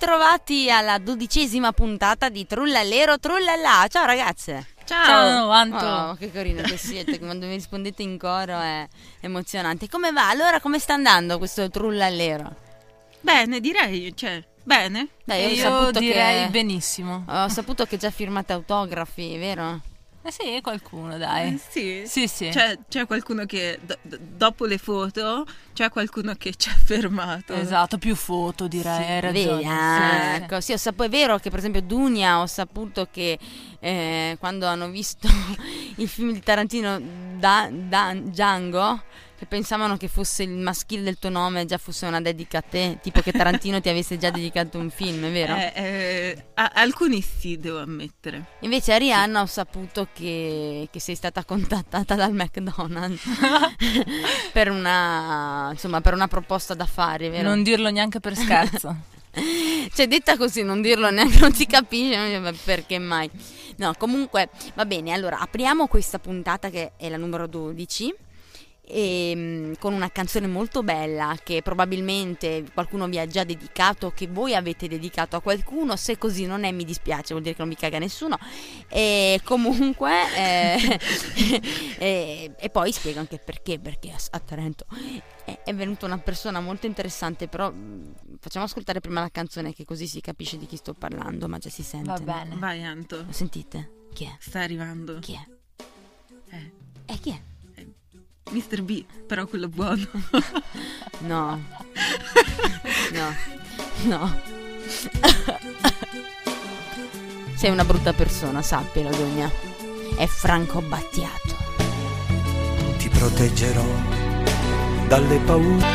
bentrovati alla 12ª puntata di Trullallero Trullallà. Ciao ragazze. Ciao Anto. Oh, che carino che siete, quando mi rispondete in coro è emozionante. Come va? Allora, come sta andando questo Trullallero? Bene, direi, bene. Dai, io direi benissimo. Ho saputo che già firmate autografi, vero? Sì, qualcuno, dai. Sì. Sì. C'è qualcuno che dopo le foto c'è qualcuno che ci ha fermato. Esatto, più foto direi, hai ragione. Ecco, sì, è vero che per esempio Dunia, ho saputo che quando hanno visto il film di Tarantino Django, che pensavano che fosse il maschile del tuo nome già fosse una dedica a te, tipo che Tarantino ti avesse già dedicato un film, è vero? Alcuni sì, devo ammettere. Invece a Rihanna ho saputo che sei stata contattata dal McDonald's per una proposta d'affari, vero? Non dirlo neanche per scherzo. Cioè, detta così, non dirlo neanche, non si capisce perché mai. No, comunque va bene. Allora apriamo questa puntata che è la numero 12 con una canzone molto bella che probabilmente qualcuno vi ha già dedicato, che voi avete dedicato a qualcuno. Se così non è, mi dispiace, vuol dire che non vi caga nessuno. E comunque e poi spiego anche perché a Trento è venuta una persona molto interessante. Però facciamo ascoltare prima la canzone, che così si capisce di chi sto parlando, ma già si sente. Va bene. No? Vai Anto. Lo sentite? Chi è? Sta arrivando. Chi è? Chi è? Mr. B, però quello buono. No. Sei una brutta persona, sappilo, Dunia. È Franco Battiato. Ti proteggerò dalle paure.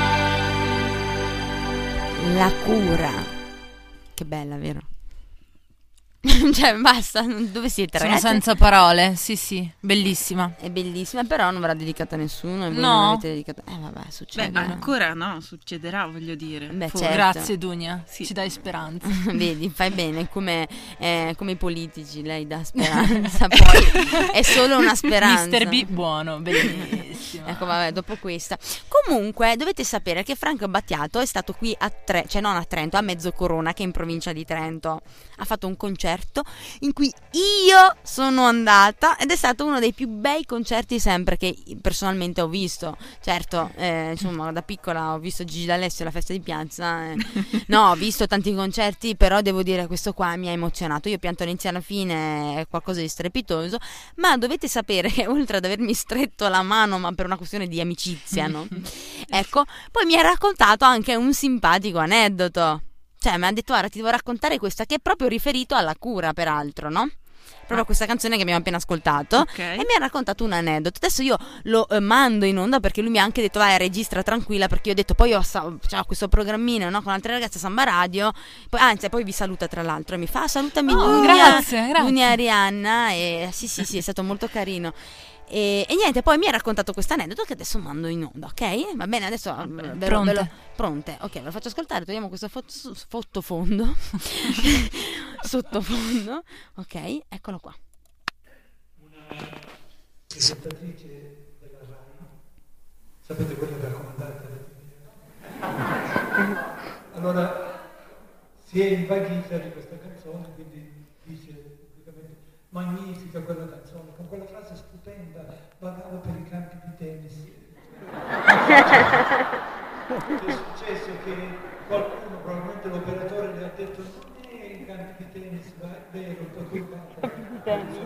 La cura. Che bella, vero? Cioè, basta, dove siete, Sono ragazzi? senza parole, sì, bellissima. È bellissima, però non verrà dedicata a nessuno. E voi No. non avete dedicato. Vabbè, succede. Beh, ancora no, succederà, voglio dire. Beh, Forse. certo. Grazie Dunia, Sì. ci dai speranza. Vedi, fai bene, come i politici, lei dà speranza, poi è solo una speranza. Mr. B buono, bellissimo. Ecco, vabbè, dopo questa. Comunque, dovete sapere che Franco Battiato è stato qui non a Trento, a Mezzocorona, che è in provincia di Trento. Ha fatto un concerto in cui io sono andata ed è stato uno dei più bei concerti sempre che personalmente ho visto. Certo, insomma, da piccola ho visto Gigi D'Alessio alla festa di piazza. No, ho visto tanti concerti, però devo dire questo qua mi ha emozionato. Io pianto all'inizio e alla fine, è qualcosa di strepitoso. Ma dovete sapere che oltre ad avermi stretto la mano, ma per una questione di amicizia, no? Ecco, poi mi ha raccontato anche un simpatico aneddoto. Cioè, mi ha detto: guarda, ti devo raccontare questa, che è proprio riferito alla cura, peraltro, no? Proprio questa canzone che abbiamo appena ascoltato. Okay. E mi ha raccontato un aneddoto. Adesso io lo mando in onda, perché lui mi ha anche detto: vai, registra tranquilla, perché io ho detto, poi c'ho questo programmino, no, con altre ragazze a Samba Radio. Poi vi saluta, tra l'altro, e mi fa: salutami Dunia, grazie. Dunia Arianna. E sì, è stato molto carino. E niente, poi mi ha raccontato questo aneddoto che adesso mando in onda, ok? Va bene, adesso pronte. Ok, ve lo faccio ascoltare, togliamo questo sottofondo. Sottofondo. Ok, eccolo qua. Una presentatrice della RAI, sapete quella da comandante della TV? Allora si è invaghita di questa canzone, quindi dice pubblicamente: magnifica quella canzone, con quella frase stupenda, vagavo per i campi di tennis. È successo che qualcuno, probabilmente l'operatore, le ha detto: non è i campi di tennis, ma è vero, un po' più campi di tennis.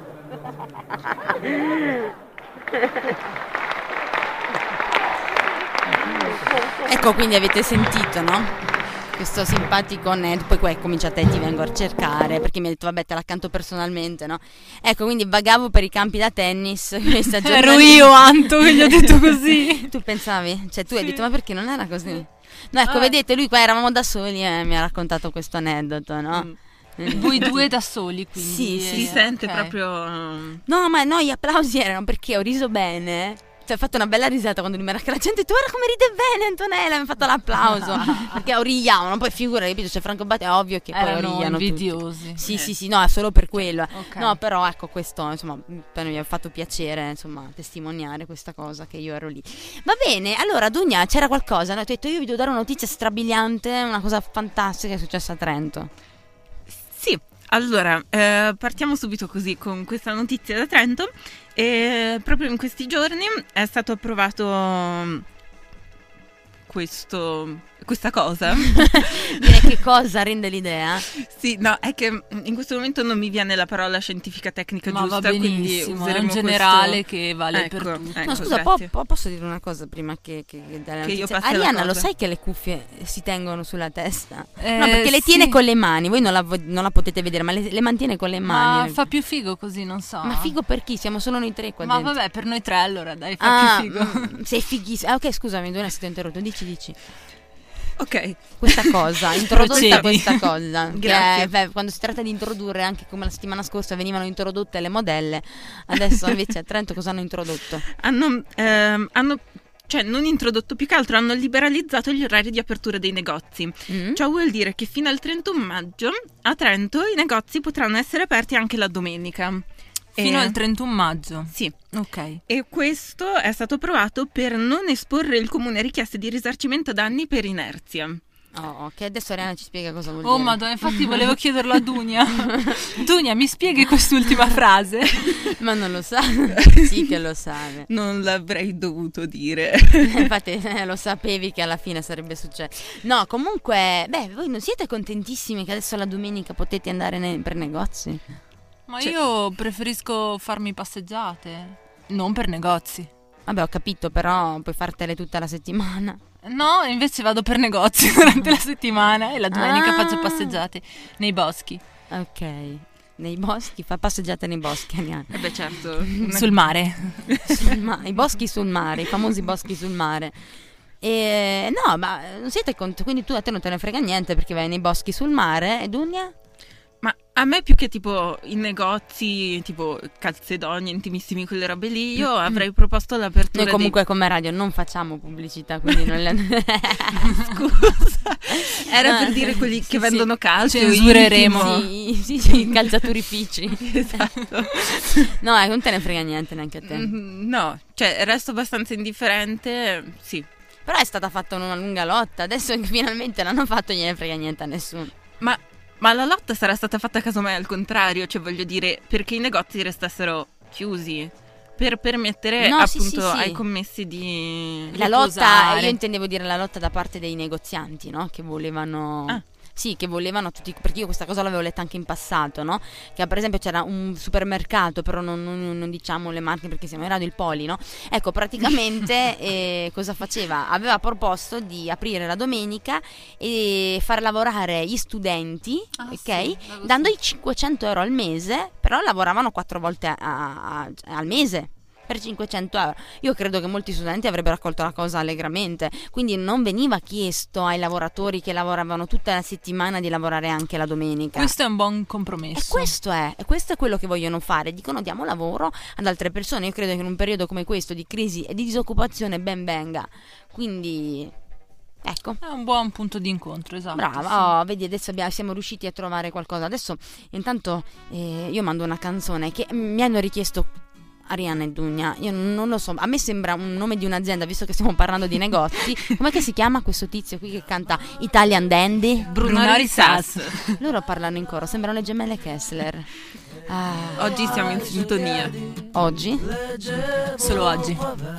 Ecco, quindi avete sentito, no? Questo simpatico aneddoto. Poi cominciate e ti vengo a cercare, perché mi ha detto: vabbè, te la canto personalmente, no? Ecco, quindi vagavo per i campi da tennis questa Ero io, Anto, che gli ho detto così. Tu pensavi? Cioè, tu hai detto: ma perché non era così? No, ecco, vedete, lui qua eravamo da soli e mi ha raccontato questo aneddoto, no? Voi due da soli, quindi. Sì, Si sente ok. proprio. No, ma no, gli applausi erano perché ho riso bene. Cioè, ho fatto una bella risata quando lui mi era che la gente, tu guarda come ride bene Antonella, mi ha fatto l'applauso perché ridiavano, poi figura, capito, c'è Franco Battiato, è ovvio che poi Erano ridiano invidiosi. tutti. Sì, no, è solo per quello. Ok. No, però ecco, questo insomma per mi ha fatto piacere insomma testimoniare questa cosa che io ero lì. Va bene, allora Dunia, c'era qualcosa, no? Ti ho detto io vi devo dare una notizia strabiliante, una cosa fantastica che è successa a Trento. Sì, allora, partiamo subito così con questa notizia da Trento. Proprio in questi giorni è stato approvato questa cosa. Dire che cosa rende l'idea? Sì, no, è che in questo momento non mi viene la parola scientifica tecnica Ma giusta, va quindi benissimo, è useremo un generale questo. che vale per Ecco, tutti. ecco, No, scusa, grazie. posso dire una cosa prima che dare la Che io notizia? passi alla Arianna, lo cosa. sai che le cuffie si tengono sulla testa? No, perché le sì. tiene con le mani, voi non la potete vedere, ma le mantiene con le Ma mani. fa più figo così, non so. Ma figo per chi? Siamo solo noi tre qua Ma dentro. vabbè, per noi tre allora, dai, fa più figo. Sei fighissimo. Ok, scusami, Donna, se ti ho interrotto. Dici. Ok, Questa cosa, introdotta Procedi. questa cosa. Grazie. Quando si tratta di introdurre, anche come la settimana scorsa venivano introdotte le modelle, adesso invece a Trento cosa hanno introdotto? hanno cioè non introdotto, più che altro hanno liberalizzato gli orari di apertura dei negozi. Ciò vuol dire che fino al 31 maggio a Trento i negozi potranno essere aperti anche la domenica. Fino al 31 maggio. Sì. Ok. E questo è stato approvato per non esporre il comune a richieste di risarcimento danni per inerzia. Oh, che adesso Arianna ci spiega cosa vuol Oh dire. madonna, infatti volevo chiederlo a Dunia. Dunia, mi spieghi quest'ultima frase? Ma non lo sa. Sì che lo sa. Non l'avrei dovuto dire. Infatti lo sapevi che alla fine sarebbe successo. No, comunque, voi non siete contentissimi che adesso la domenica potete andare per negozi? Ma Cioè- io preferisco farmi passeggiate, non per negozi. Vabbè, ho capito, però puoi fartele tutta la settimana. No, invece vado per negozi durante la settimana e la domenica Ah. faccio passeggiate nei boschi, Ok. Nei boschi, fa passeggiate nei boschi, Arianna. E beh, certo. sul mare. I boschi sul mare, i famosi boschi sul mare. E no, ma non siete contenti, quindi a te non te ne frega niente perché vai nei boschi sul mare e Dunia? Ma a me più che tipo i negozi, tipo calzedonie, intimissimi, quelle robe lì, io avrei proposto l'apertura Noi comunque come radio non facciamo pubblicità, quindi non Scusa, era per dire quelli Sì, che vendono calcio. Censureremo. Sì, calciaturifici. Esatto. No, non te ne frega niente neanche a te. No, cioè resto abbastanza indifferente, sì. Però è stata fatta una lunga lotta, adesso che finalmente l'hanno fatto gliene frega niente a nessuno. Ma la lotta sarà stata fatta casomai al contrario, cioè voglio dire, perché i negozi restassero chiusi, per permettere No, sì, appunto sì, sì. ai commessi di... La lotta, riposare. io intendevo dire la lotta da parte dei negozianti, no? Che volevano... Ah. Sì, che volevano tutti, perché io questa cosa l'avevo letta anche in passato, no? Che per esempio c'era un supermercato, però non diciamo le marche perché siamo in radio, il Poli, no? Ecco, praticamente cosa faceva? Aveva proposto di aprire la domenica e far lavorare gli studenti, ok? Dandogli 500 euro al mese, però lavoravano 4 volte al mese. Per 500 euro. Io credo che molti studenti avrebbero accolto la cosa allegramente, quindi non veniva chiesto ai lavoratori che lavoravano tutta la settimana di lavorare anche la domenica. Questo è un buon compromesso. E questo è quello che vogliono fare, dicono diamo lavoro ad altre persone. Io credo che in un periodo come questo di crisi e di disoccupazione ben venga, quindi ecco. È un buon punto di incontro, esatto. Brava, vedi adesso siamo riusciti a trovare qualcosa. Adesso intanto io mando una canzone che mi hanno richiesto Arianna e Dunia, io non lo so, a me sembra un nome di un'azienda visto che stiamo parlando di negozi. Com'è che si chiama questo tizio qui che canta Italian Dandy? Brunori Sass. Loro parlano in coro, sembrano le gemelle Kessler. Oggi siamo in sintonia. Oggi? Solo oggi.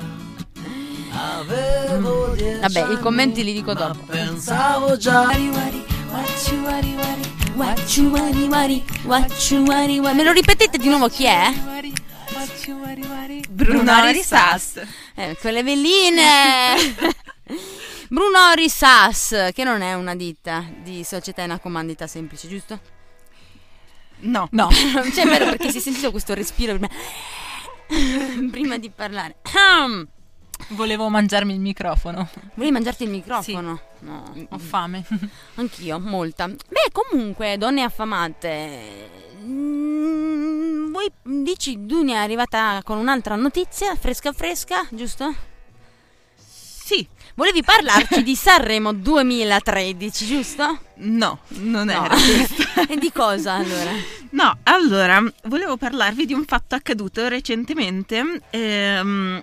Vabbè, i commenti li dico dopo. Pensavo già. Me lo ripetete di nuovo chi è? Brunori Sass. Quelle velline. Brunori Sass, che non è una ditta di società in accomandita semplice, giusto? No. No. Cioè è vero perché si è sentito questo respiro prima di parlare. Volevo mangiarmi il microfono. Volevi mangiarti il microfono? No, Ho fame. anch'io, molta. Beh, comunque, donne affamate, voi poi dici Dunia è arrivata con un'altra notizia, fresca, giusto? Sì. Volevi parlarci di Sanremo 2013, giusto? No, non era questo. E di cosa allora? No, allora, volevo parlarvi di un fatto accaduto recentemente in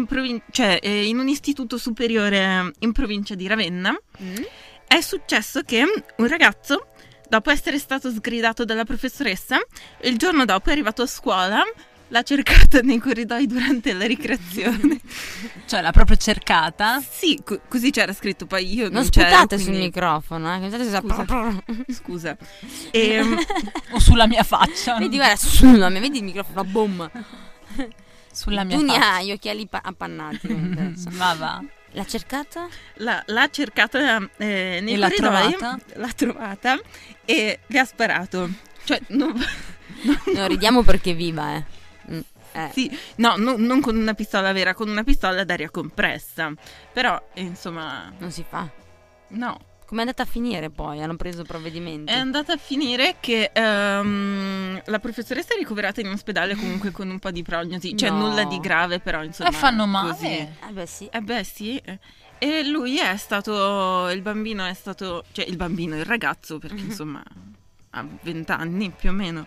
un istituto superiore in provincia di Ravenna. È successo che un ragazzo, dopo essere stato sgridato dalla professoressa, il giorno dopo è arrivato a scuola, l'ha cercata nei corridoi durante la ricreazione. Cioè l'ha proprio cercata? Sì, così c'era scritto, poi io non c'ero, sputate quindi... sul microfono, Scusa. O sulla mia faccia? Vedi, guarda, sulla mia, vedi il microfono, boom. Sulla mia Dunia faccia. ha gli occhiali appannati. Va. L'ha cercata? L'ha cercata nei E l'ha corridoi, trovata? l'ha trovata e le ha sparato. Cioè, No, ridiamo perché è viva, Sì, no, non con una pistola vera, con una pistola ad aria compressa. Però, insomma, Non si fa. no. Come è andata a finire poi? Hanno preso provvedimenti? È andata a finire che la professoressa è ricoverata in ospedale comunque con un po' di prognosi. Cioè, No. nulla di grave, però, insomma. Fanno male. Così. Beh sì. Beh, sì. E lui è stato, il bambino è stato, cioè il ragazzo, perché insomma ha 20 anni più o meno,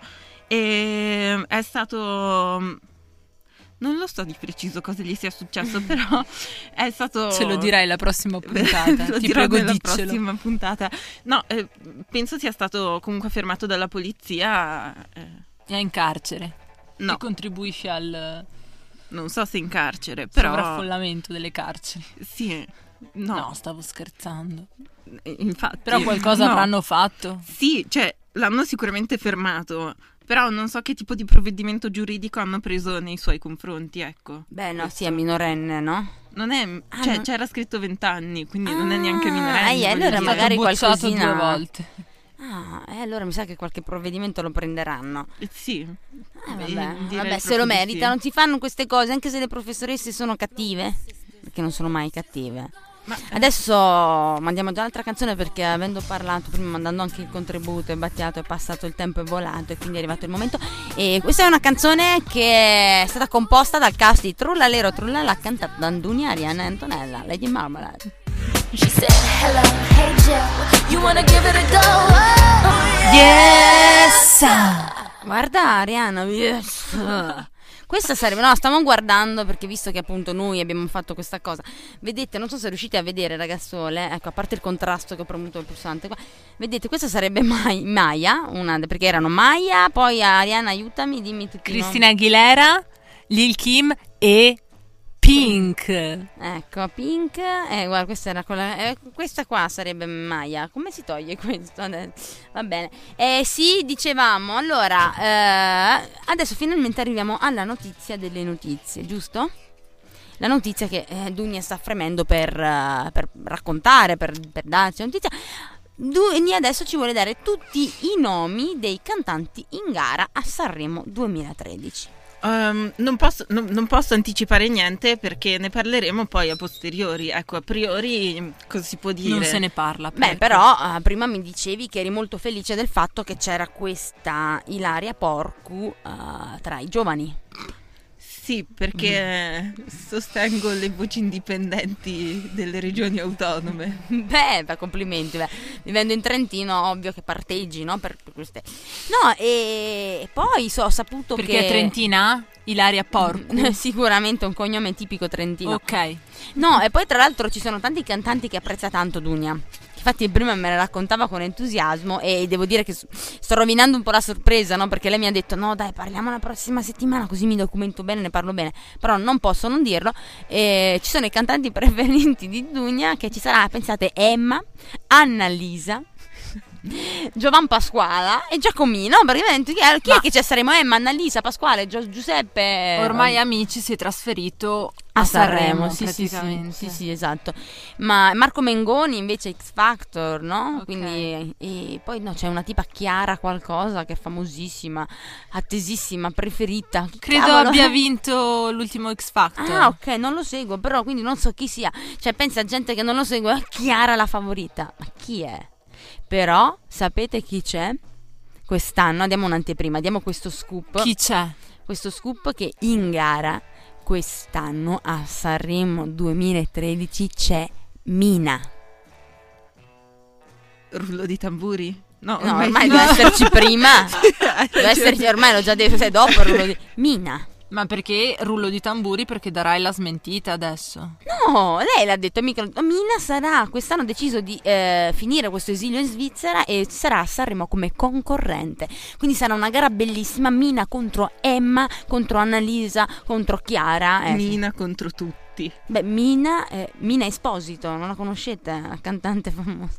e è stato, non lo so di preciso cosa gli sia successo, però è stato... Ce lo dirai la prossima puntata. Lo Ti dirò prego, nella diccelo. prossima puntata. No, penso sia stato comunque fermato dalla polizia. È in carcere. No, E contribuisce al non so se in carcere, però... sovraffollamento delle carceri. Sì, no, No, stavo scherzando. infatti... Però qualcosa no. avranno fatto. Sì, cioè, l'hanno sicuramente fermato, però non so che tipo di provvedimento giuridico hanno preso nei suoi confronti, ecco. Beh no, sì, è minorenne, no? Non è, cioè, no. c'era scritto 20 anni, quindi non è neanche minorenne. allora voglio dire. magari bocciato qualcosina- 2 volte. Allora mi sa che qualche provvedimento lo prenderanno. Sì. Vabbè, Direi vabbè, se lo proprio di merita, sì. non si fanno queste cose, anche se le professoresse sono cattive, perché non sono mai cattive. Ma, Adesso mandiamo già un'altra canzone perché avendo parlato prima, mandando anche il contributo e Battiato, è passato il tempo, è volato e quindi è arrivato il momento. E questa è una canzone che è stata composta dal cast di Trullalero Trullala, cantata da Dunia, Ariana e Antonella, Lady Marmalade. She said, hello, hey Joe, you wanna give it a go? Oh, Yes! Guarda Ariana, yes. Questa sarebbe, no, stiamo guardando perché visto che appunto noi abbiamo fatto questa cosa, vedete, non so se riuscite a vedere ragazzole, ecco, a parte il contrasto che ho premuto il pulsante qua, vedete, questa sarebbe Maya, perché erano Maya, poi Ariana, aiutami, dimmi tutti i nomi. Cristina Aguilera, Lil Kim e Pink. Ecco, Pink, guarda, questa era quella, questa qua sarebbe Maya. Come si toglie questo? Va bene. Sì, dicevamo, allora, adesso finalmente arriviamo alla notizia delle notizie, giusto? La notizia che Dunia sta fremendo per raccontare, per darci la notizia. Dunia adesso ci vuole dare tutti i nomi dei cantanti in gara a Sanremo 2013. non posso anticipare niente perché ne parleremo poi a posteriori. Ecco, a priori cosa si può dire? Non se ne parla. Beh, però prima mi dicevi che eri molto felice del fatto che c'era questa Ilaria Porcu tra i giovani. Sì, perché sostengo le voci indipendenti delle regioni autonome. Beh, complimenti. Vivendo in Trentino, ovvio che parteggi, no? Per queste. No, e poi ho saputo perché che. è trentina? Ilaria Porcu. Sicuramente un cognome tipico trentino. Ok. No, e poi tra l'altro ci sono tanti cantanti che apprezza tanto Dunia. Infatti prima me la raccontava con entusiasmo e devo dire che sto rovinando un po' la sorpresa, no? Perché lei mi ha detto no dai, parliamo la prossima settimana così mi documento bene, ne parlo bene. Però non posso non dirlo. Ci sono i cantanti preferenti di Dunia, che ci sarà, pensate, Emma, Annalisa, Giovan Pasquala e Giacomino. Praticamente chi è che c'è? Saremo Emma, Annalisa, Pasquale, Giuseppe. Ormai Amici si è trasferito a Sanremo, sì, praticamente. sì, esatto. Ma Marco Mengoni invece X Factor, no? Ok. Quindi e poi no, c'è una tipa Chiara qualcosa che è famosissima, attesissima, preferita. Chi Credo cavolo abbia è? vinto l'ultimo X Factor. Ah, ok, non lo seguo, però quindi non so chi sia. Cioè, pensa a gente che non lo segue, Chiara la favorita. Ma chi è? Però sapete chi c'è? quest'anno, diamo un'anteprima, diamo questo scoop. Chi c'è? Questo scoop che in gara quest'anno a Sanremo 2013 c'è Mina. Rullo di tamburi? No, ormai deve esserci prima. Deve esserci, ormai l'ho già detto, sai, dopo il rullo di Mina. Ma perché rullo di tamburi? Perché darai la smentita adesso. No, lei l'ha detto, mica. Mina sarà, quest'anno ha deciso di finire questo esilio in Svizzera e sarà a Sanremo come concorrente. Quindi sarà una gara bellissima, Mina contro Emma, contro Annalisa, contro Chiara. Mina contro tutti. Beh, Mina Esposito, non la conoscete? La cantante famosa.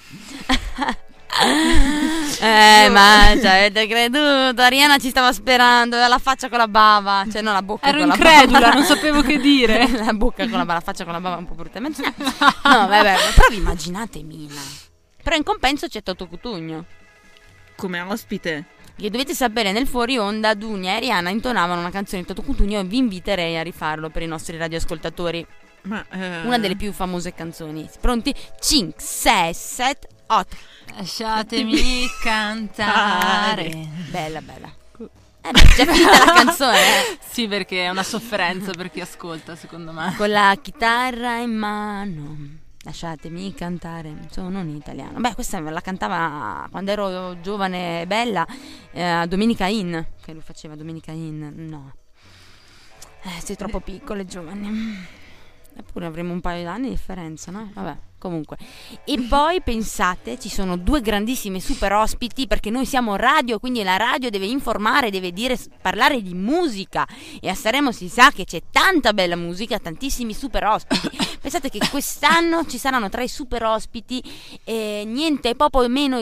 Ma ci avete creduto? Ariana ci stava sperando, la faccia con la bava, cioè non la bocca. Ero con incredula, la bava. non sapevo che dire. La bocca con la bava, la faccia con la bava un po' bruttamente. No, vabbè, però vi immaginate Mina. Però in compenso c'è Toto Cutugno, come ospite. che dovete sapere, nel fuori onda Dunia e Ariana intonavano una canzone di Toto Cutugno e vi inviterei a rifarlo per i nostri radioascoltatori. Ma Una delle più famose canzoni. Pronti? 5, 6, 7, 8. Lasciatemi cantare. Bella. Già finita la canzone. Sì, perché è una sofferenza per chi ascolta, secondo me. Con la chitarra in mano, lasciatemi cantare. Sono un italiano. Beh, questa me la cantava quando ero giovane e bella, Domenica In, che lui faceva Domenica In. No, sei troppo piccole, giovani. Eppure avremo un paio d'anni di differenza, no? Vabbè, comunque. E poi pensate, ci sono due grandissime super ospiti, perché noi siamo radio, quindi la radio deve informare, deve parlare di musica. E a Sanremo si sa che c'è tanta bella musica, tantissimi super ospiti. Pensate che quest'anno ci saranno tra i super ospiti niente poco meno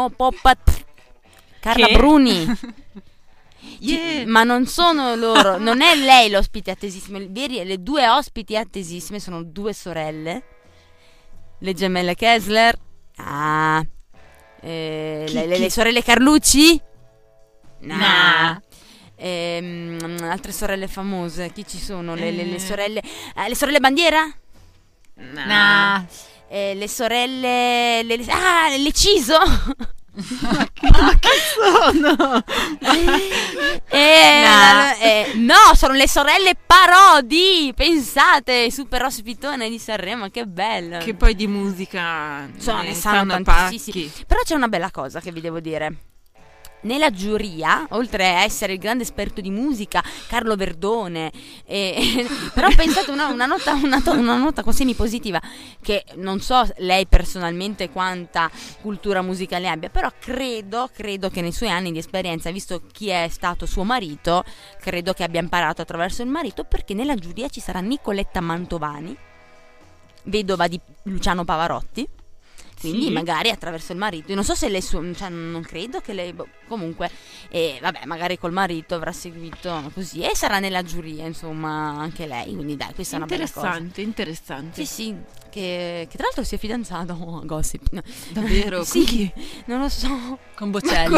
Carla Bruni. Yeah. Ma non sono loro, non è lei l'ospite attesissimo, le due ospiti attesissime sono due sorelle, le gemelle Kessler. Le sorelle Carlucci? No. Altre sorelle famose, chi ci sono? Le sorelle Bandiera? No. Le sorelle le Ciso? Che sono? No, sono le sorelle Parodi. Pensate, super ospitone di Sanremo, che bello. Che poi di musica ne sanno tantissimi. Però c'è una bella cosa che vi devo dire. Nella giuria, oltre a essere il grande esperto di musica, Carlo Verdone, però pensate una nota semi positiva, che non so lei personalmente quanta cultura musicale abbia, però credo che nei suoi anni di esperienza, visto chi è stato suo marito, credo che abbia imparato attraverso il marito, perché nella giuria ci sarà Nicoletta Mantovani, vedova di Luciano Pavarotti. Quindi magari attraverso il marito. Io non so se lei non credo che lei comunque vabbè, magari col marito avrà seguito così e sarà nella giuria, insomma, anche lei. Quindi dai, questa è una bella cosa. Interessante. Sì, che tra l'altro si è fidanzato. Gossip. Davvero? Sì, con chi? non lo so. Con Bocelli.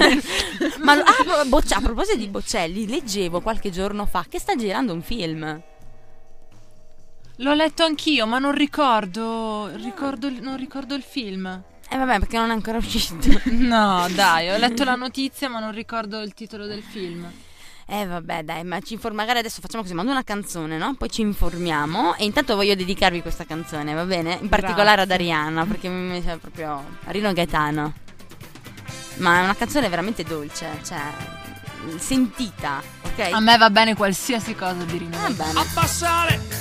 A proposito di Bocelli, leggevo qualche giorno fa che sta girando un film. L'ho letto anch'io, ma non ricordo il film. Vabbè, perché non è ancora uscito. No, dai, ho letto la notizia, ma non ricordo il titolo del film. Vabbè, dai, ma magari adesso facciamo così, mando una canzone, no? Poi ci informiamo e intanto voglio dedicarvi questa canzone, va bene? In particolare ad Ariana, perché mi piace proprio a Rino Gaetano. Ma è una canzone veramente dolce, cioè sentita, ok? A me va bene qualsiasi cosa di Rino Va Gaetano. bene. Abbassare!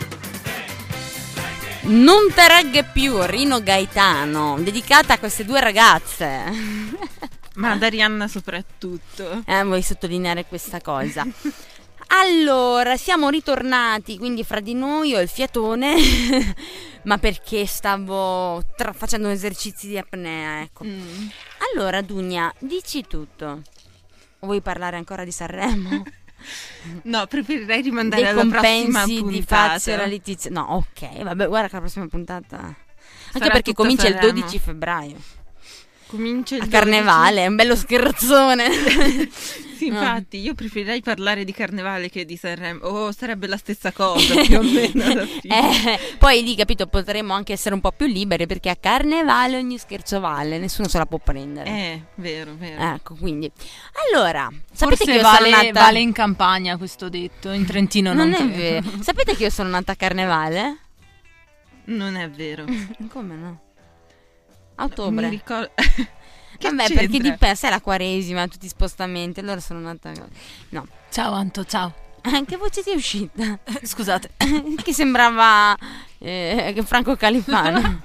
Non te regge più, Rino Gaetano, dedicata a queste due ragazze. Ma ad Arianna soprattutto. Voglio sottolineare questa cosa. Allora, siamo ritornati, quindi fra di noi ho il fiatone, ma perché stavo facendo esercizi di apnea, ecco. Allora, Dunia, dici tutto. O vuoi parlare ancora di Sanremo? No, preferirei rimandare Dei alla prossima compensi puntata. di Fazio la Letizia. No, ok, vabbè, guarda che la prossima puntata anche sarà perché tutta comincia Sanremo. il 12 febbraio Comincia il a Carnevale, è un bello scherzone. Sì, infatti, io preferirei parlare di Carnevale che di Sanremo. Sarebbe la stessa cosa, più o meno alla fine. Poi lì, capito, potremmo anche essere un po' più liberi, perché a Carnevale ogni scherzo vale, nessuno se la può prendere. Vero, vero. Ecco, quindi. Allora, sapete Forse che io sono nata... vale in Campania questo detto, in Trentino non è credo. vero. Sapete che io sono nata a Carnevale? Non è vero. Come no? A ottobre. Mi ricordo... Vabbè, c'entra? perché di per sé è la Quaresima, tutti i spostamenti, allora sono nata... No. Ciao Anto, ciao. Che voce ti è uscita? Scusate. Che sembrava Franco Califano.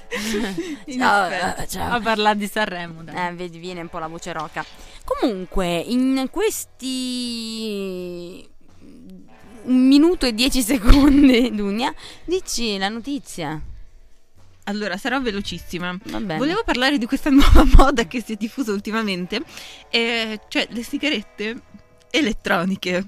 Ciao. A parlare di Sanremo, dai. Vedi, viene un po' la voce roca. Comunque, in questi 1 minuto e 10 secondi, Dunia, dici la notizia. Allora, sarò velocissima. Va bene. Volevo parlare di questa nuova moda che si è diffusa ultimamente, cioè le sigarette elettroniche.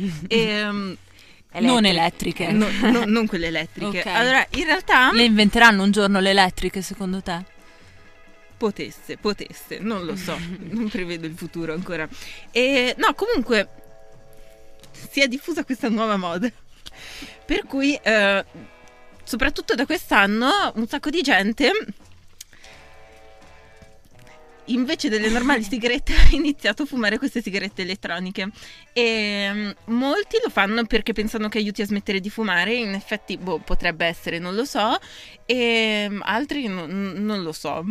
Non elettriche. Non quelle elettriche. Ok. Allora, in realtà Le inventeranno un giorno le elettriche, secondo te? potesse, non lo so, non prevedo il futuro ancora. No, comunque si è diffusa questa nuova moda, per cui soprattutto da quest'anno un sacco di gente invece delle normali sigarette ha iniziato a fumare queste sigarette elettroniche, e molti lo fanno perché pensano che aiuti a smettere di fumare. In effetti potrebbe essere, non lo so, e altri non lo so.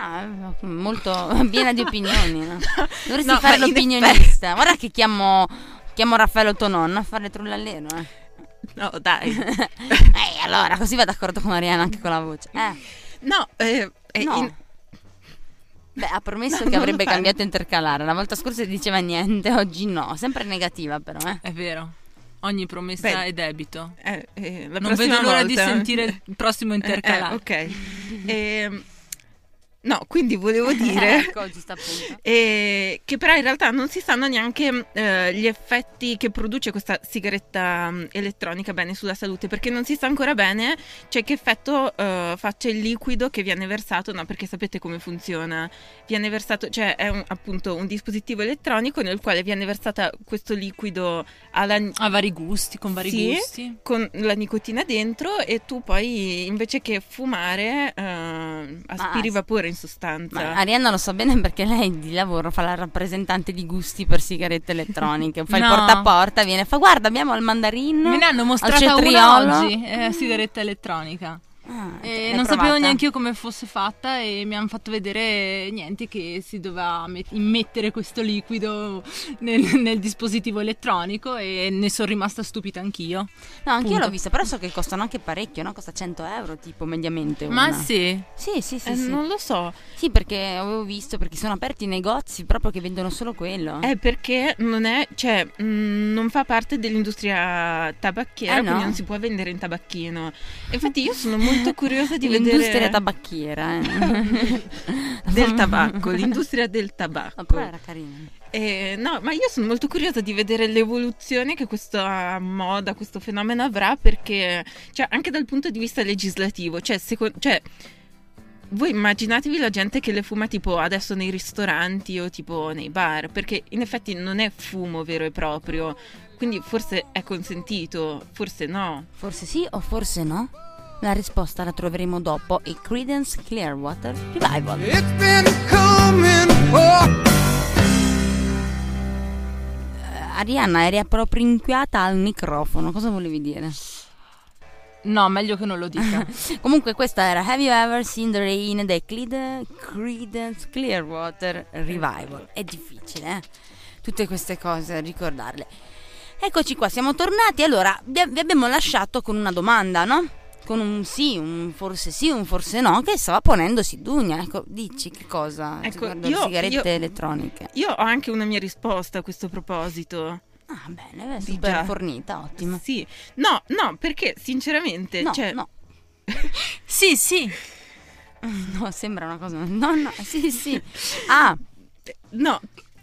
Molto piena di opinioni, no? Dovresti No, fare ma in l'opinionista. Guarda che chiamo Raffaello Tononno a fare trullallero. No, dai. Allora, così va d'accordo con Arianna anche con la voce. No, No. Beh, ha promesso No, che non avrebbe lo fai. cambiato intercalare. La volta scorsa diceva niente, oggi no. Sempre negativa, però. È vero. Ogni promessa Beh, è debito. la Non prossima vedo l'ora volta. di sentire il prossimo intercalare. Ok. No, quindi volevo dire Ecco, giusto appunto. che però in realtà non si sanno neanche gli effetti che produce questa sigaretta elettronica bene sulla salute, perché non si sa ancora bene, cioè, che effetto faccia il liquido che viene versato, no, perché sapete come funziona. Viene versato, cioè è appunto un dispositivo elettronico nel quale viene versata questo liquido A vari gusti, con vari Sì. gusti. con la nicotina dentro, e tu poi invece che fumare aspiri vapore in sostanza. Ma Arianna lo sa bene perché lei di lavoro fa la rappresentante di gusti per sigarette elettroniche. Fa il No. porta a porta, viene, fa guarda, abbiamo il mandarino. Me ne hanno al mostrata una cetriolo. oggi, sigaretta elettronica. L'hai Non provata? sapevo neanche io come fosse fatta, e mi hanno fatto vedere niente, che si doveva immettere questo liquido nel dispositivo elettronico, e ne sono rimasta stupita anch'io. No, anch'io Punto. l'ho vista, però so che costano anche parecchio, no? Costa 100 euro tipo mediamente Ma una. sì, Sì, sì, sì, sì. Non lo so, Sì, perché avevo visto, perché sono aperti i negozi proprio che vendono solo quello. è perché non è, cioè non fa parte dell'industria tabacchiera, No. quindi non si può vendere in tabacchino. Infatti io sono molto curiosa di L'industria vedere tabacchiera, del tabacco, l'industria del tabacco. Ma però era carina. No, ma io sono molto curiosa di vedere l'evoluzione che questa moda, questo fenomeno avrà, perché, cioè, anche dal punto di vista legislativo, cioè, voi immaginatevi la gente che le fuma tipo adesso nei ristoranti o tipo nei bar, perché in effetti non è fumo vero e proprio, quindi forse è consentito, forse no. Forse sì o forse no? La risposta la troveremo dopo il Creedence Clearwater Revival. It's been coming for Arianna, eri proprio inquiata al microfono, cosa volevi dire? no, meglio che non lo dica. Comunque questa era Have You Ever Seen the Rain dei Creedence Clearwater Revival. È difficile, tutte queste cose, ricordarle. Eccoci qua, siamo tornati. Allora, vi abbiamo lasciato con una domanda, no? Con un sì, un forse no, che stava ponendosi Dunia. Ecco, dici che cosa Ecco, riguardo le sigarette elettroniche. Io ho anche una mia risposta a questo proposito. Ah, bene, Sì, super già. fornita, ottimo. Sì, no, perché sinceramente, No, cioè, no. Sì. No, sembra una cosa. No, sì. Ah, no,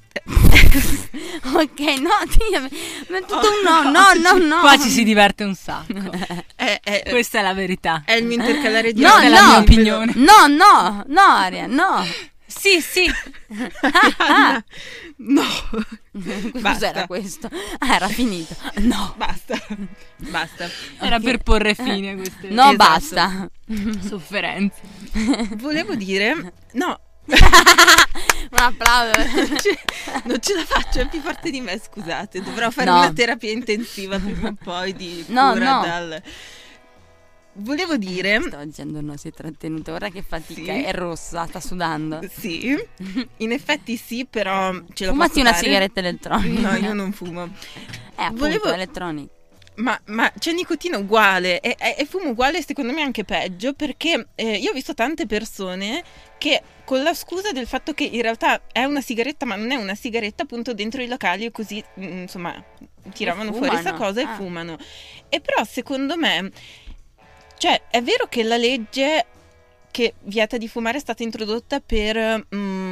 ok, no, ma è tutto un no. Qua ci si diverte un sacco. Questa è la verità. è il mio intercalare di Questa oggi. è la mia opinione. No, Aria, no. Sì. No, Cos'era questo? Ah, era finito. No, Basta. Era per porre fine a queste no, Esatto. basta. sofferenze. Volevo dire, no, Un applauso. non ce la faccio, è più forte di me, scusate. Dovrò fare No. una terapia intensiva prima o poi di No, cura no. dal... Volevo dire... Stavo dicendo no, si è trattenuta. Guarda che fatica, Sì. è rossa, sta sudando. Sì, in effetti sì, però ce la Fumati posso una fare. sigaretta elettronica. No, io non fumo. Appunto, Volevo- elettronica. Ma c'è nicotina uguale e fumo uguale, secondo me anche peggio, perché io ho visto tante persone che con la scusa del fatto che in realtà è una sigaretta ma non è una sigaretta, appunto dentro i locali e così insomma tiravano fuori fumano. questa cosa e Ah. fumano. E però secondo me, cioè è vero che la legge che vieta di fumare è stata introdotta per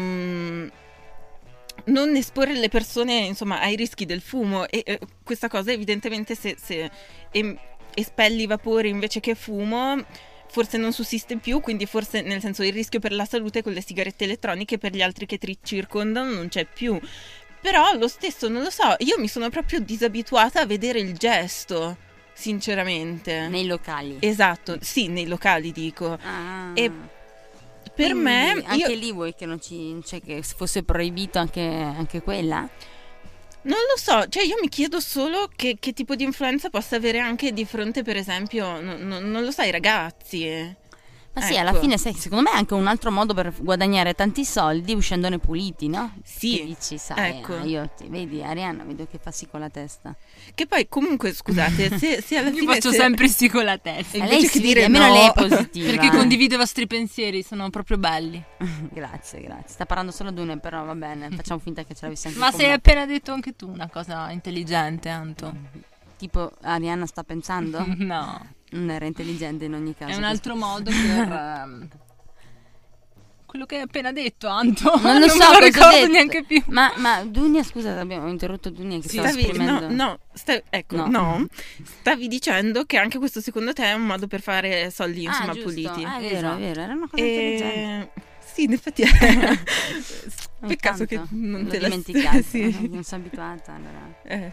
non esporre le persone insomma ai rischi del fumo e questa cosa evidentemente se espelli vapore invece che fumo forse non sussiste più, quindi forse nel senso il rischio per la salute con le sigarette elettroniche per gli altri che ti circondano non c'è più. Però lo stesso non lo so, io mi sono proprio disabituata a vedere il gesto, sinceramente. Nei locali. Esatto, sì, nei locali dico. Ah. E per Quindi me anche io lì vuoi che non cioè che fosse proibito anche quella? non lo so, cioè io mi chiedo solo che tipo di influenza possa avere anche di fronte, per esempio, non lo sai, ragazzi. Ma sì, Ecco. alla fine sai, secondo me è anche un altro modo per guadagnare tanti soldi uscendone puliti, no? Sì, Che dici, sai, ecco. vedi Arianna, vedo che fa sì con la testa. Che poi comunque, scusate, se alla Io fine... faccio se- sempre sì con la testa. Invece lei che si dire vede, almeno no. lei è positiva. Perché condivido i vostri pensieri, sono proprio belli. Grazie. Sta parlando solo Dunia, però va bene, facciamo finta che ce l'avessi anche Ma con sei me. appena detto anche tu una cosa intelligente, Anto. Tipo Arianna sta pensando? No, Non era intelligente in ogni caso. è un altro modo per... quello che hai appena detto, Anto. Non lo so, me cosa ho lo ricordo detto. neanche più. Ma Dunia, scusa, abbiamo interrotto Dunia che stava esprimendo. No, stavi dicendo che anche questo secondo te è un modo per fare soldi, insomma, giusto. puliti. Ah, è vero, Esatto. è vero, era una cosa intelligente. Sì, in effetti Ogni peccato che tanto non l'ho te la dimenticato, sì. non sono abituata, allora.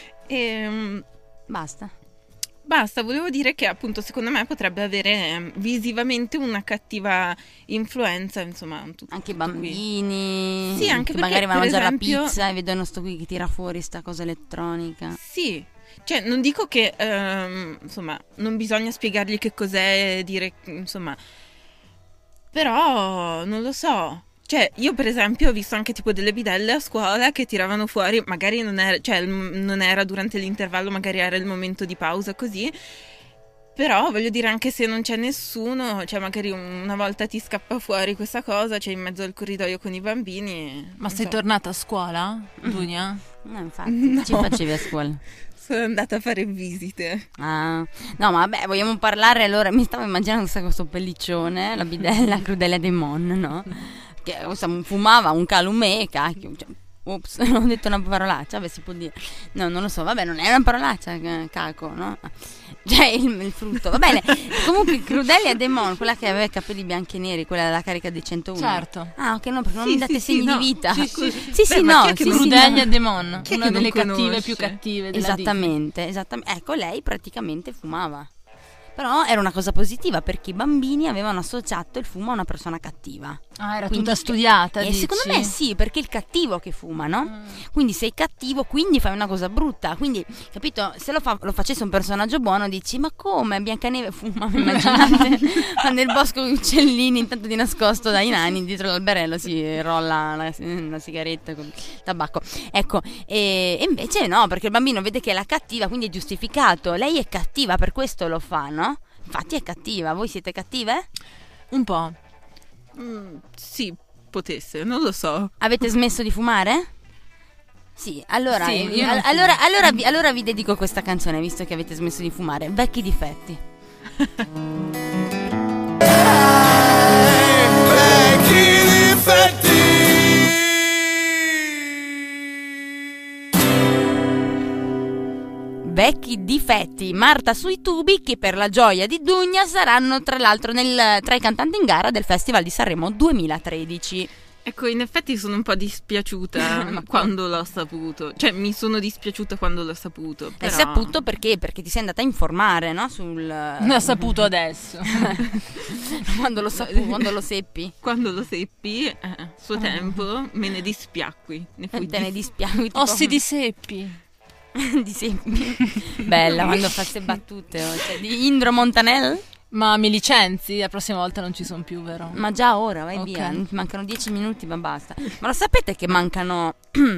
Basta. Basta, volevo dire che appunto secondo me potrebbe avere visivamente una cattiva influenza, insomma, Anche i tutto qui. bambini Sì, anche che perché, magari vanno a per mangiare esempio- la pizza e vedono sto qui che tira fuori sta cosa elettronica. Sì, cioè non dico che insomma non bisogna spiegargli che cos'è, dire insomma, però non lo so. Cioè, io per esempio ho visto anche tipo delle bidelle a scuola che tiravano fuori, magari non era, cioè, non era durante l'intervallo, magari era il momento di pausa così, però voglio dire anche se non c'è nessuno, cioè magari una volta ti scappa fuori questa cosa, cioè in mezzo al corridoio con i bambini. Ma non sei so. tornata a scuola, Dunia? No, infatti, No. ci facevi a scuola? Sono andata a fare visite. Ah, no, ma vabbè, vogliamo parlare allora. Mi stavo immaginando questo pelliccione, la bidella Crudelia De Mon, no? Che fumava un calumè, cacchio. Cioè, ops, non ho detto una parolaccia, vabbè, si può dire. No, non lo so, vabbè, non è una parolaccia, caco, no? Cioè, il frutto, va bene. Comunque, Crudelia De Mon, quella che aveva i capelli bianchi e neri, quella della carica dei 101. Certo. Ah, ok, no, perché non Sì, mi date sì, segni sì, no. di vita. Sì, Sì, Beh, sì, ma no, chi è che sì, non- sì, Crudelia no. Demon, Chi è una che non delle cattive conosce? più cattive della Disney. Esattamente. Ecco, lei praticamente fumava. Però era una cosa positiva perché i bambini avevano associato il fumo a una persona cattiva. Ah, era Quindi- tutta studiata, E dici? secondo me sì, perché è il cattivo che fuma, no? Quindi sei cattivo, quindi fai una cosa brutta. Quindi, capito, se lo facesse un personaggio buono dici, ma come Biancaneve fuma? Immaginate, nel bosco con gli uccellini, intanto di nascosto dai nani, dietro l'alberello si rolla una sigaretta con tabacco. Ecco, e invece no, perché il bambino vede che è la cattiva, quindi è giustificato. Lei è cattiva, per questo lo fa, no? Infatti è cattiva. Voi siete cattive? Un po'. Sì, potesse, non lo so. Avete smesso di fumare? Sì, allora, Sì, io non allora vi dedico questa canzone, visto che avete smesso di fumare. Vecchi difetti. Vecchi difetti. Vecchi difetti. Marta sui tubi, che per la gioia di Dunia saranno tra l'altro tra i cantanti in gara del Festival di Sanremo 2013. Ecco, in effetti sono un po' dispiaciuta quando l'ho saputo. Cioè, mi sono dispiaciuta quando l'ho saputo. Hai Però... saputo perché? Perché ti sei andata a informare, no? L'ho saputo adesso. Quando lo seppi? Quando lo seppi, suo tempo, me ne dispiacqui. Te ne dispiaci. Ossi di seppi. Di seppi. Bella, quando fa queste battute. Cioè, di Indro Montanel? Ma mi licenzi? La prossima volta non ci sono più, vero? Ma già ora, vai Ok. via. Mancano 10 minuti, ma basta. Ma lo sapete che mancano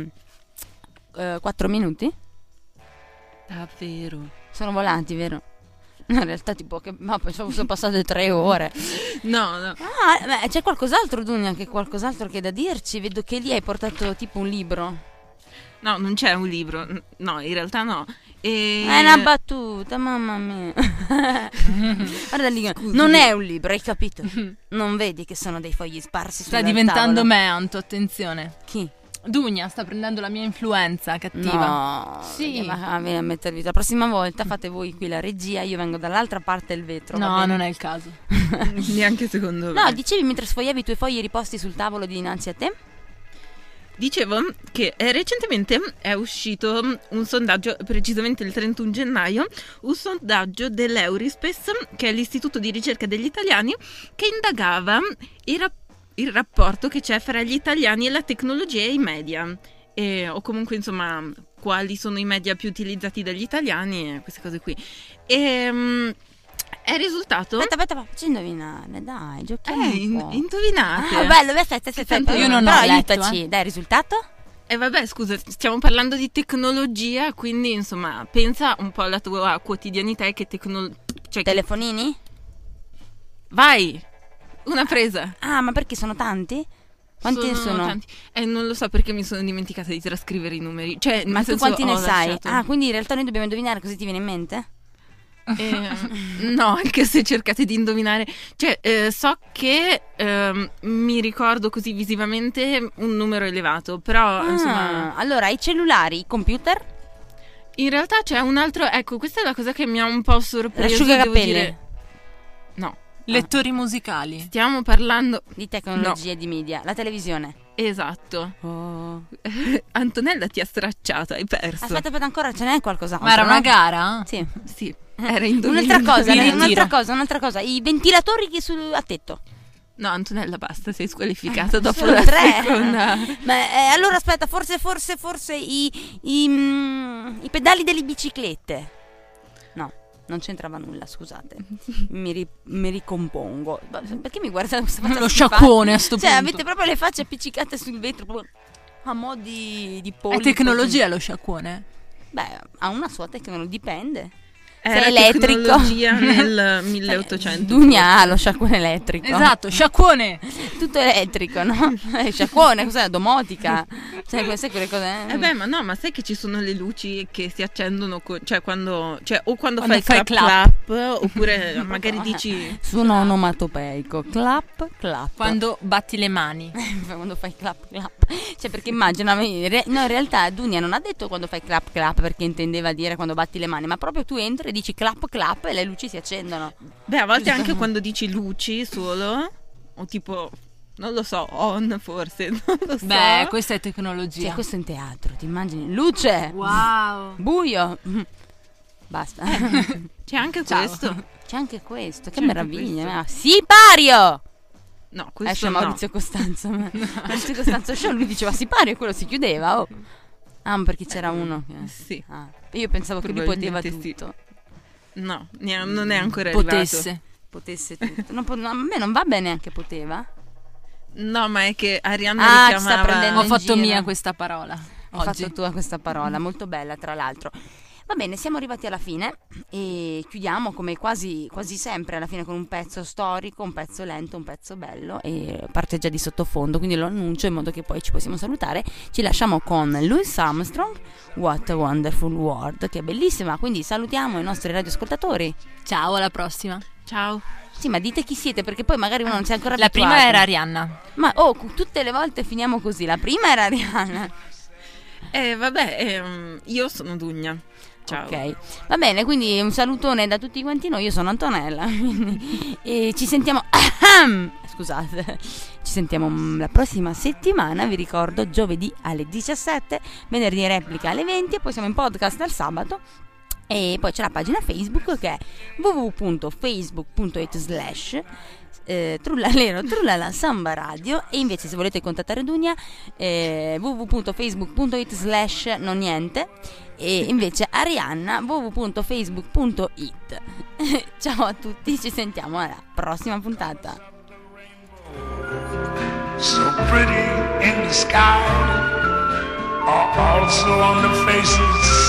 4 minuti? Davvero? Sono volati, vero? No, in realtà tipo che ma pensavo sono passate 3 ore. No. Ah, beh, c'è qualcos'altro, Dunia, che qualcos'altro che hai da dirci? Vedo che lì hai portato tipo un libro. No, non c'è un libro. No, in realtà no. È una battuta, mamma mia. Guarda lì, non è un libro, hai capito? Non vedi che sono dei fogli sparsi Sta sul diventando tavolo? me, Anto, attenzione. Chi? Dunia sta prendendo la mia influenza cattiva. No, Sì. ma vieni a mettervi. La prossima volta fate voi qui la regia, io vengo dall'altra parte del vetro. va No, bene? non è il caso. Neanche secondo me. No, dicevi mentre sfogliavi i tuoi fogli riposti sul tavolo dinanzi a te? Dicevo che recentemente è uscito un sondaggio, precisamente il 31 gennaio, un sondaggio dell'Eurispes, che è l'istituto di ricerca degli italiani, che indagava il rapporto che c'è fra gli italiani e la tecnologia e i media. O comunque, insomma, quali sono i media più utilizzati dagli italiani e queste cose qui. È risultato... Aspetta, facci indovinare, dai, giochiamo un po'. Indovinate. Ah, bello, aspetta. Io non però ho letto, aiutaci, dai, risultato? E vabbè, scusa, stiamo parlando di tecnologia, quindi insomma, pensa un po' alla tua quotidianità e che cioè, Telefonini? vai, una presa. Ah, ma perché sono tanti? Quanti ne sono? Tanti. Non lo so perché mi sono dimenticata di trascrivere i numeri. Cioè, Ma nel tu senso, quanti ne ho sai? lasciato. Ah, quindi in realtà noi dobbiamo indovinare, così ti viene in mente? No, anche se cercate di indovinare. Cioè, so che mi ricordo così visivamente un numero elevato, però insomma... Allora, i cellulari, i computer? In realtà c'è un altro... Ecco, questa è la cosa che mi ha un po' sorpreso, devo L'asciugacapelli? dire. No. Lettori musicali. Stiamo parlando... Di tecnologia e di media. La televisione? Esatto. Oh. Antonella ti ha stracciato, hai perso. Aspetta, ancora ce n'è qualcos'altro? Ma era una no? gara? Sì. Sì, era indovinato. Un'altra cosa. I ventilatori che a tetto. No, Antonella, basta, sei squalificata dopo Solo la 3. seconda. Ma allora aspetta, forse i pedali delle biciclette. No, non c'entrava nulla, scusate. Mi ricompongo. Perché mi guardate questa faccia Lo schifata? sciacquone a sto Cioè, punto. avete proprio le facce appiccicate sul vetro proprio a mo' di polipo. È tecnologia lo sciacquone? Beh, ha una sua tecnologia, dipende. Era Se è elettrico. tecnologia nel 1800. Dunia ha lo sciacquone elettrico. Esatto, sciacquone. Tutto elettrico, no? Sciacquone, cos'è? Domotica. Cioè, sai quelle cose. Beh, ma no, ma sai che ci sono le luci che si accendono cioè quando Quando fai fai clap, oppure magari dici Suono onomatopeico. Clap, clap. Quando batti le mani. Quando fai clap, clap. Cioè, perché immagina, no, in realtà Dunia non ha detto quando fai clap, clap perché intendeva dire quando batti le mani, ma proprio tu entri e dici clap, clap e le luci si accendono. beh, a volte anche quando dici luci solo o tipo non lo so, on forse, non lo so. Beh, questa è tecnologia. Cioè, questo è in teatro, ti immagini? Luce! Wow. Buio! Basta. C'è anche Ciao. questo. C'è anche questo, che C'è anche meraviglia. Sipario! No, questo Esce no. Maurizio Costanzo. Maurizio Costanzo Show, lui diceva sipario e quello si chiudeva. Oh. Ah, ma perché c'era uno che... Sì. Ah, io pensavo che lui poteva Probabilmente sì. tutto. No, non è ancora arrivato. Potesse. Potesse tutto. No, a me non va bene anche poteva. No, ma è che Arianna Ah, ci sta richiamava prendendo Ho in fatto giro. mia questa parola. Hai Oggi. fatto tua questa parola, molto bella tra l'altro. Va bene, siamo arrivati alla fine e chiudiamo come quasi sempre alla fine con un pezzo storico, un pezzo lento, un pezzo bello e parte già di sottofondo, quindi lo annuncio in modo che poi ci possiamo salutare. Ci lasciamo con Louis Armstrong, What a Wonderful World, che è bellissima, quindi salutiamo i nostri radioascoltatori. Ciao, alla prossima. Ciao. Sì, ma dite chi siete perché poi magari uno non si è ancora La abituato. prima era Arianna. Ma tutte le volte finiamo così. La prima era Ariana. Vabbè, io sono Dugna. Ciao. Ok, va bene, quindi un salutone da tutti quanti noi. Io sono Antonella e ci sentiamo scusate, ci sentiamo la prossima settimana. Vi ricordo, giovedì alle 17, venerdì replica alle 20 e poi siamo in podcast al sabato. E poi c'è la pagina Facebook che è www.facebook.it/ Trullalero Trullala Samba Radio. E invece se volete contattare Dunia, www.facebook.it/ non niente. E invece Arianna www.facebook.it. Ciao a tutti, ci sentiamo alla prossima puntata. So pretty in the sky, also on the faces